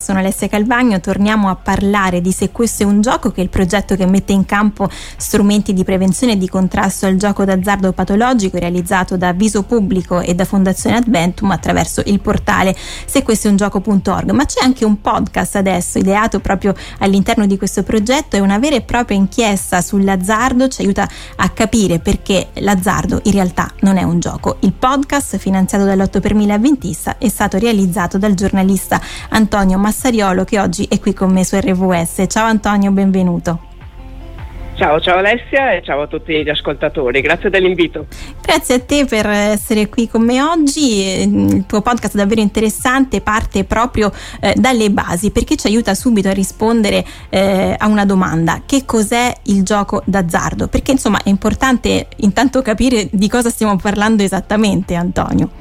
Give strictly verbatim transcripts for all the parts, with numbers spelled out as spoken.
sono Alessia Calvagno. Torniamo a parlare di Se questo è un gioco, che è il progetto che mette in campo strumenti di prevenzione e di contrasto al gioco d'azzardo patologico, realizzato da Viso Pubblico e da Fondazione Adventum attraverso il portale se questo è un gioco punto org. Ma c'è anche un podcast adesso ideato proprio all'interno di questo progetto, è una vera e propria inchiesta sull'azzardo, ci aiuta a capire perché l'azzardo in realtà non è un gioco. Il podcast, finanziato dall'otto per mille Avventista, è stato realizzato dal giornalista Antonio Massariolo, che oggi è qui con me su R V S. Ciao Antonio, benvenuto. Ciao, ciao Alessia e ciao a tutti gli ascoltatori, grazie dell'invito. Grazie a te per essere qui con me oggi. Il tuo podcast è davvero interessante, parte proprio eh, dalle basi, perché ci aiuta subito a rispondere eh, a una domanda: che cos'è il gioco d'azzardo? Perché insomma è importante intanto capire di cosa stiamo parlando esattamente, Antonio.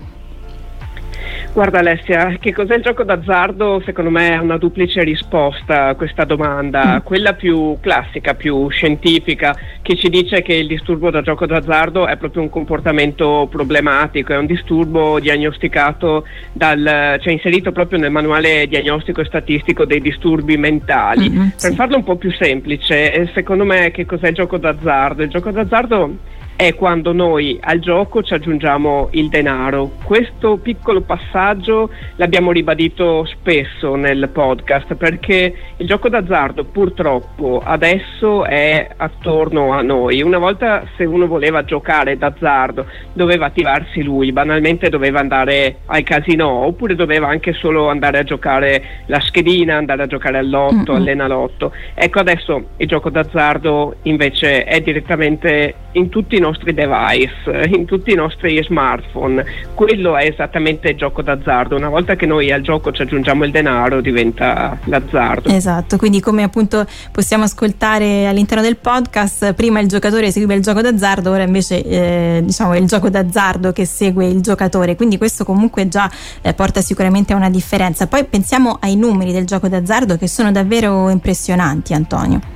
Guarda Alessia, che cos'è il gioco d'azzardo? Secondo me è una duplice risposta a questa domanda. Quella più classica, più scientifica, che ci dice che il disturbo da gioco d'azzardo è proprio un comportamento problematico, è un disturbo diagnosticato dal, cioè inserito proprio nel manuale diagnostico e statistico dei disturbi mentali. Mm-hmm, per sì. farlo un po' più semplice, secondo me che cos'è il gioco d'azzardo? Il gioco d'azzardo è quando noi al gioco ci aggiungiamo il denaro. Questo piccolo passaggio l'abbiamo ribadito spesso nel podcast, perché il gioco d'azzardo purtroppo adesso è attorno a noi. Una volta, se uno voleva giocare d'azzardo, doveva attivarsi lui, banalmente doveva andare al casino, oppure doveva anche solo andare a giocare la schedina, andare a giocare al lotto, mm-hmm. all'enalotto. Ecco, adesso il gioco d'azzardo invece è direttamente in tutti i nostri device, in tutti i nostri smartphone. Quello è esattamente il gioco d'azzardo. Una volta che noi al gioco ci aggiungiamo il denaro, diventa l'azzardo. Esatto, quindi come appunto possiamo ascoltare all'interno del podcast, prima il giocatore seguiva il gioco d'azzardo, ora invece eh, diciamo è il gioco d'azzardo che segue il giocatore, quindi questo comunque già eh, porta sicuramente a una differenza. Poi pensiamo ai numeri del gioco d'azzardo, che sono davvero impressionanti, Antonio.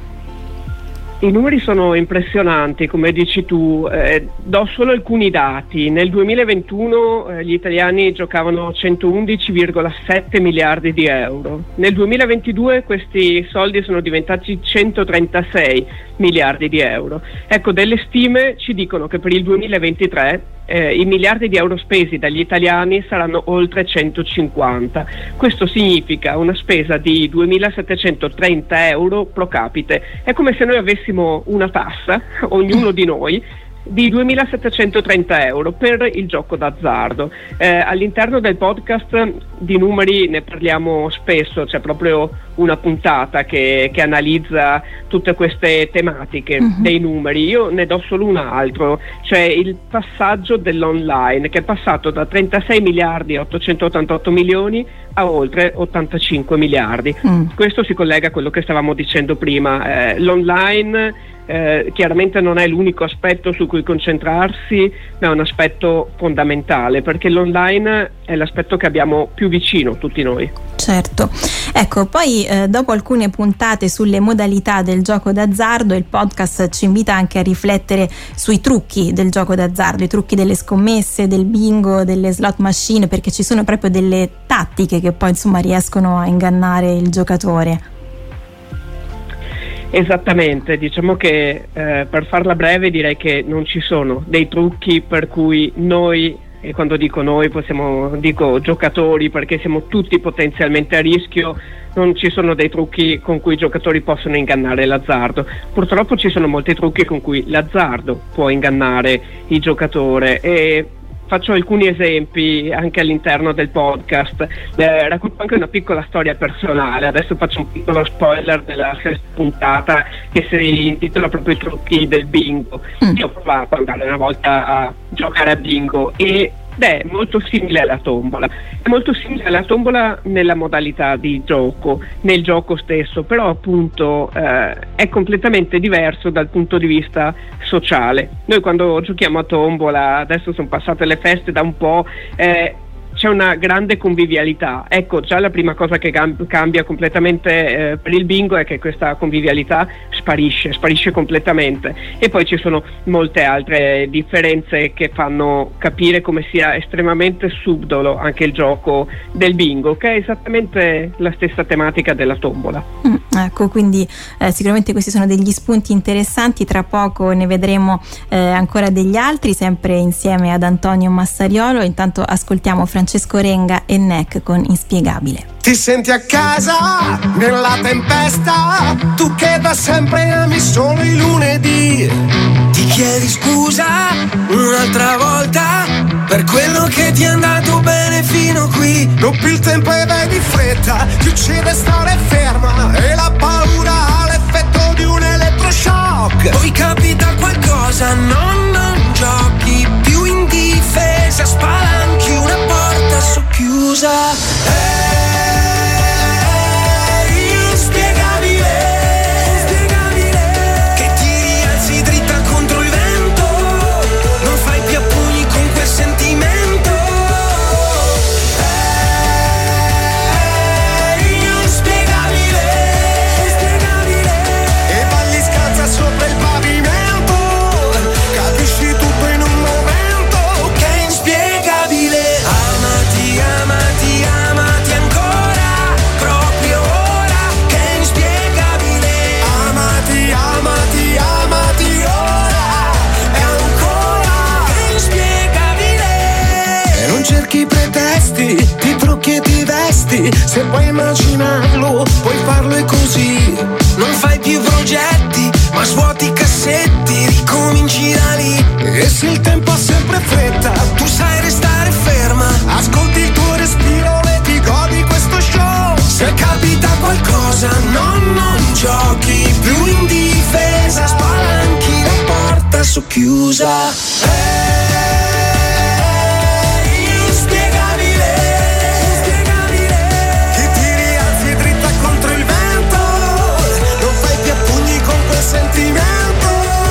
I numeri sono impressionanti, come dici tu. Eh, do solo alcuni dati. Nel duemilaventuno eh, gli italiani giocavano centoundici virgola sette miliardi di euro. Nel duemilaventidue questi soldi sono diventati centotrentasei miliardi di euro. Ecco, delle stime ci dicono che per il duemilaventitré eh, i miliardi di euro spesi dagli italiani saranno oltre centocinquanta. Questo significa una spesa di duemilasettecentotrenta euro pro capite. È come se noi avessimo una tassa, ognuno di noi, di duemilasettecentotrenta euro per il gioco d'azzardo. Eh, all'interno del podcast di numeri ne parliamo spesso, c'è proprio una puntata che, che analizza tutte queste tematiche uh-huh. dei numeri. Io ne do solo un altro, cioè il passaggio dell'online, che è passato da trentasei miliardi e ottocentottantotto milioni a oltre ottantacinque miliardi. Mm. Questo si collega a quello che stavamo dicendo prima. Eh, l'online eh, chiaramente non è l'unico aspetto su cui concentrarsi, ma è un aspetto fondamentale, perché l'online è l'aspetto che abbiamo più vicino tutti noi. Certo. Ecco, poi eh, dopo alcune puntate sulle modalità del gioco d'azzardo, il podcast ci invita anche a riflettere sui trucchi del gioco d'azzardo, i trucchi delle scommesse, del bingo, delle slot machine, perché ci sono proprio delle tattiche che poi insomma riescono a ingannare il giocatore. Esattamente, diciamo che eh, per farla breve direi che non ci sono dei trucchi per cui noi, e quando dico noi possiamo dico giocatori, perché siamo tutti potenzialmente a rischio, non ci sono dei trucchi con cui i giocatori possono ingannare l'azzardo. Purtroppo ci sono molti trucchi con cui l'azzardo può ingannare il giocatore, e faccio alcuni esempi anche all'interno del podcast. Eh, racconto anche una piccola storia personale. Adesso faccio un piccolo spoiler della sesta puntata, che si intitola proprio I trucchi del bingo. Mm. Io ho provato ad andare una volta a giocare a bingo e Beh, molto simile alla tombola, è molto simile alla tombola nella modalità di gioco, nel gioco stesso, però appunto eh, è completamente diverso dal punto di vista sociale. Noi quando giochiamo a tombola, adesso sono passate le feste da un po', eh, c'è una grande convivialità. Ecco, già la prima cosa che cam- cambia completamente eh, per il bingo è che questa convivialità sparisce, sparisce completamente, e poi ci sono molte altre differenze che fanno capire come sia estremamente subdolo anche il gioco del bingo, che è esattamente la stessa tematica della tombola. Mm, ecco, quindi eh, sicuramente questi sono degli spunti interessanti, tra poco ne vedremo eh, ancora degli altri, sempre insieme ad Antonio Massariolo. Intanto ascoltiamo Francesco Renga e Neck con Inspiegabile. Ti senti a casa nella tempesta, tu che da sempre ami solo i lunedì. Ti chiedi scusa un'altra volta per quello che ti è andato bene fino qui. Rompi il tempo e vai di fretta, ti uccide stare ferma e la paura ha l'effetto di un elettroshock. Poi capita qualcosa, no, non giochi più in difesa, spalanchi una porta socchiusa. Eh, ti trucchi e ti vesti, se puoi immaginarlo puoi farlo e così. Non fai più progetti ma svuoti i cassetti, ricominci da lì. E se il tempo ha sempre fretta, tu sai restare ferma, ascolti il tuo respiro e ti godi questo show. Se capita qualcosa, no, non giochi più in difesa, spalanchi la porta socchiusa. Eh, sentimento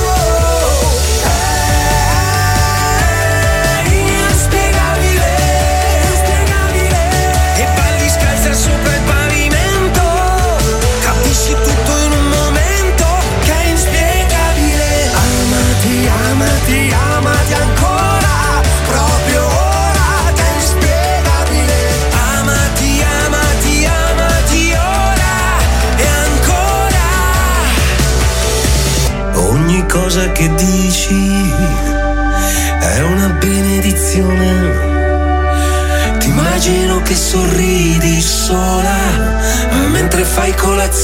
è inspiegabile, inspiegabile. E balli scalza sopra il pavimento, capisci tutto in un momento che è inspiegabile. Amati, amati, amati ancora, proprio ora che è inspiegabile. Amati, amati, amati ora e ancora. Ogni cosa che dici è una benedizione. Ti immagino che sorridi sola mentre fai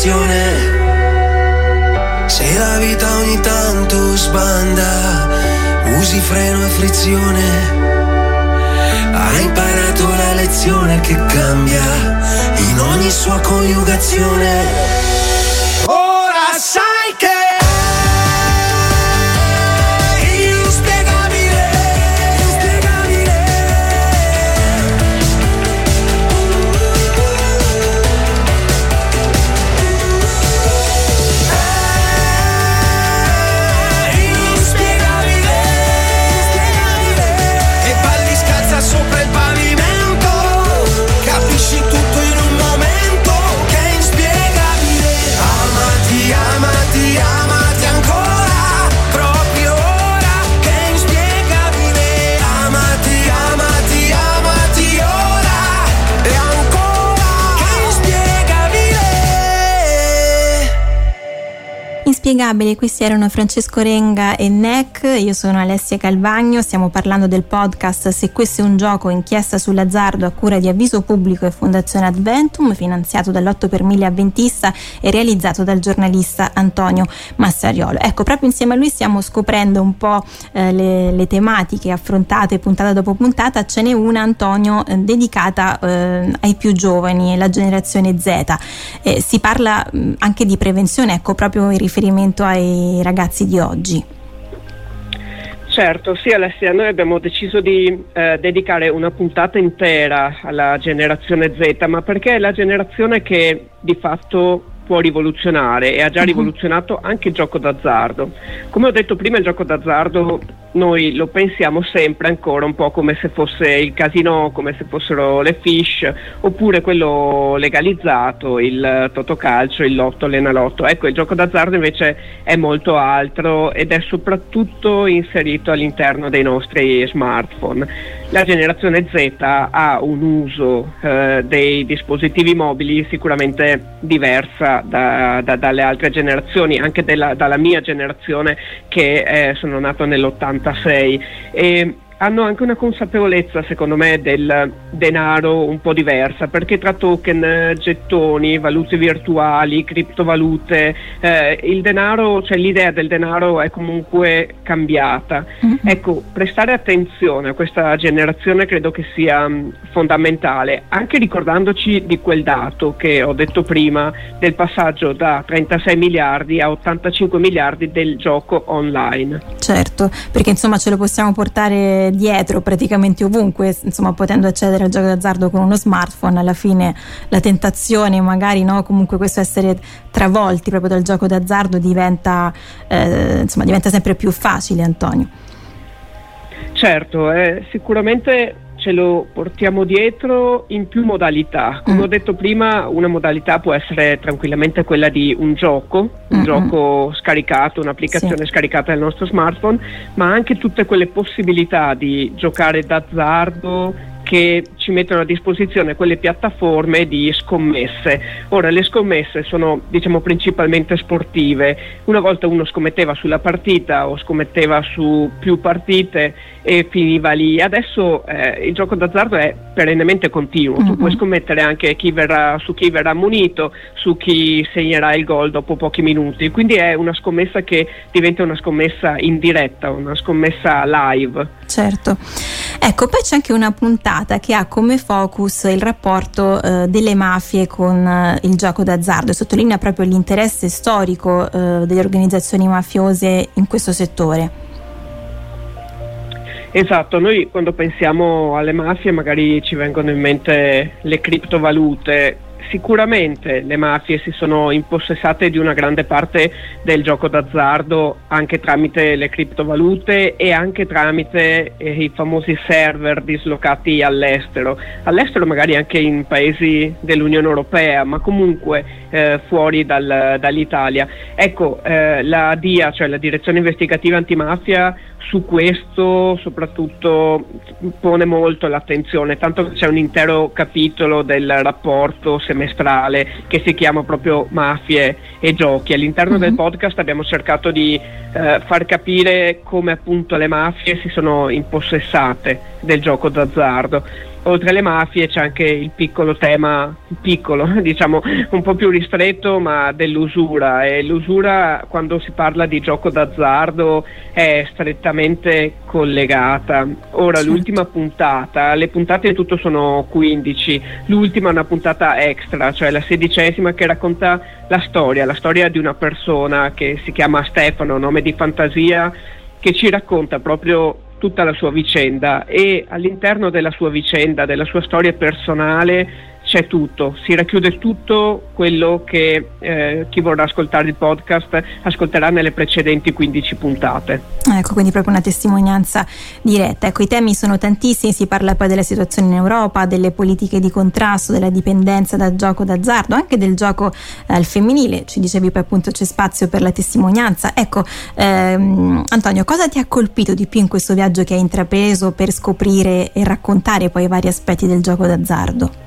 colazione. Se la vita ogni tanto sbanda, usi freno e frizione. Hai imparato la lezione che cambia in ogni sua coniugazione. Ora sai che sopra il pavimento, capisci tutto in un momento che è inspiegabile. Amati, amati, amati ancora, proprio ora che è inspiegabile. Amati, amati, amati ora e ancora che è inspiegabile. Inspiegabile, questi erano Francesco Renga e Neck, io sono Alessia Calvagno, stiamo parlando del podcast Se questo è un gioco, inchiesta sull'azzardo a cura di Avviso Pubblico e Fondazione Adventum, finanziato dall'otto per mille Avventista e realizzato dal giornalista Antonio Massariolo. Ecco, proprio insieme a lui stiamo scoprendo un po' eh, le, le tematiche affrontate puntata dopo puntata. Ce n'è una, Antonio, eh, dedicata eh, ai più giovani, la generazione Z. Eh, si parla mh, anche di prevenzione, ecco, proprio in riferimento ai ragazzi di oggi. Certo, sì Alessia, noi abbiamo deciso di eh, dedicare una puntata intera alla generazione Z, ma perché è la generazione che di fatto può rivoluzionare e ha già rivoluzionato anche il gioco d'azzardo. Come ho detto prima, il gioco d'azzardo noi lo pensiamo sempre ancora un po' come se fosse il casino, come se fossero le fish, oppure quello legalizzato, il totocalcio, il lotto, l'enalotto. Ecco, il gioco d'azzardo invece è molto altro ed è soprattutto inserito all'interno dei nostri smartphone. La generazione Z ha un uso eh, dei dispositivi mobili sicuramente diversa da, da, dalle altre generazioni, anche della, dalla mia generazione che eh, sono nato nell'ottantasei, e hanno anche una consapevolezza secondo me del denaro un po' diversa, perché tra token, gettoni, valute virtuali, criptovalute, eh, il denaro, cioè l'idea del denaro è comunque cambiata. Mm-hmm. Ecco, prestare attenzione a questa generazione credo che sia mh, fondamentale, anche ricordandoci di quel dato che ho detto prima del passaggio da trentasei miliardi a ottantacinque miliardi del gioco online. Certo, perché insomma ce lo possiamo portare dietro praticamente ovunque, insomma, potendo accedere al gioco d'azzardo con uno smartphone, alla fine la tentazione magari, no, comunque questo essere travolti proprio dal gioco d'azzardo diventa eh, insomma diventa sempre più facile, Antonio. Certo, eh, sicuramente ce lo portiamo dietro in più modalità. Come mm. ho detto prima, una modalità può essere tranquillamente quella di un gioco, un mm-hmm. gioco scaricato, un'applicazione sì. scaricata dal nostro smartphone, ma anche tutte quelle possibilità di giocare d'azzardo che ci mettono a disposizione quelle piattaforme di scommesse. Ora, le scommesse sono, diciamo, principalmente sportive. Una volta uno scommetteva sulla partita o scommetteva su più partite e finiva lì. Adesso eh, il gioco d'azzardo è perennemente continuo. Mm-hmm. Tu puoi scommettere anche chi verrà, su chi verrà munito, su chi segnerà il gol dopo pochi minuti. Quindi è una scommessa che diventa una scommessa in diretta, una scommessa live. Certo. Ecco, poi c'è anche una puntata che ha come focus il rapporto eh, delle mafie con eh, il gioco d'azzardo e sottolinea proprio l'interesse storico eh, delle organizzazioni mafiose in questo settore. Esatto, noi quando pensiamo alle mafie magari ci vengono in mente le criptovalute. Sicuramente le mafie si sono impossessate di una grande parte del gioco d'azzardo anche tramite le criptovalute e anche tramite eh, i famosi server dislocati all'estero, all'estero magari anche in paesi dell'Unione Europea, ma comunque eh, fuori dal, dall'Italia. Ecco, eh, la D I A, cioè la Direzione Investigativa Antimafia, su questo soprattutto pone molto l'attenzione, tanto che c'è un intero capitolo del rapporto semestrale che si chiama proprio Mafie e Giochi. All'interno mm-hmm. del podcast abbiamo cercato di eh, far capire come appunto le mafie si sono impossessate del gioco d'azzardo. Oltre alle mafie c'è anche il piccolo tema, piccolo, diciamo un po' più ristretto, ma dell'usura, e l'usura quando si parla di gioco d'azzardo è strettamente collegata. Ora, certo. L'ultima puntata, le puntate in tutto sono quindici, l'ultima è una puntata extra, cioè la sedicesima, che racconta la storia, la storia di una persona che si chiama Stefano, nome di fantasia, che ci racconta proprio tutta la sua vicenda, e all'interno della sua vicenda, della sua storia personale, c'è tutto, si racchiude tutto quello che eh, chi vorrà ascoltare il podcast ascolterà nelle precedenti quindici puntate. Ecco, quindi proprio una testimonianza diretta. Ecco, i temi sono tantissimi, si parla poi della situazione in Europa, delle politiche di contrasto, della dipendenza dal gioco d'azzardo, anche del gioco eh, al femminile, ci dicevi poi appunto c'è spazio per la testimonianza. Ecco, ehm, Antonio, cosa ti ha colpito di più in questo viaggio che hai intrapreso per scoprire e raccontare poi i vari aspetti del gioco d'azzardo?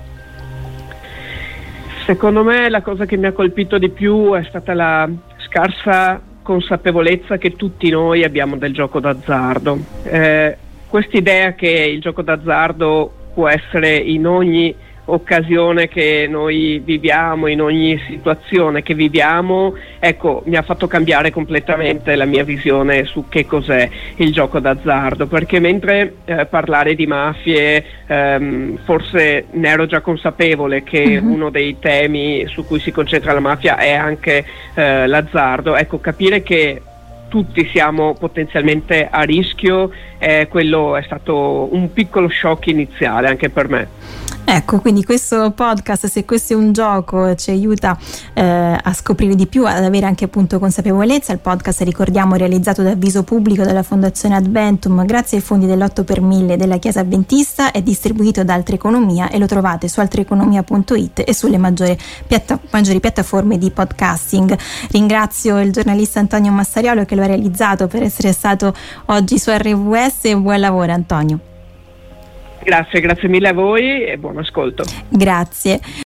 Secondo me la cosa che mi ha colpito di più è stata la scarsa consapevolezza che tutti noi abbiamo del gioco d'azzardo. Eh, quest'idea che il gioco d'azzardo può essere in ogni occasione che noi viviamo, in ogni situazione che viviamo, ecco, mi ha fatto cambiare completamente la mia visione su che cos'è il gioco d'azzardo, perché mentre eh, parlare di mafie ehm, forse ne ero già consapevole che mm-hmm. uno dei temi su cui si concentra la mafia è anche eh, l'azzardo, ecco, capire che tutti siamo potenzialmente a rischio, eh, quello è stato un piccolo shock iniziale anche per me. Ecco, quindi questo podcast, se questo è un gioco, ci aiuta eh, a scoprire di più, ad avere anche appunto consapevolezza. Il podcast, ricordiamo, realizzato da Viso Pubblico dalla Fondazione Adventum grazie ai fondi dell'otto per mille della Chiesa Adventista, è distribuito da Altre Economia e lo trovate su altreeconomia punto it e sulle maggiori, piatta- maggiori piattaforme di podcasting. Ringrazio il giornalista Antonio Massariolo che lo ha realizzato, per essere stato oggi su R W S, e buon lavoro Antonio. Grazie, grazie mille a voi e buon ascolto. Grazie.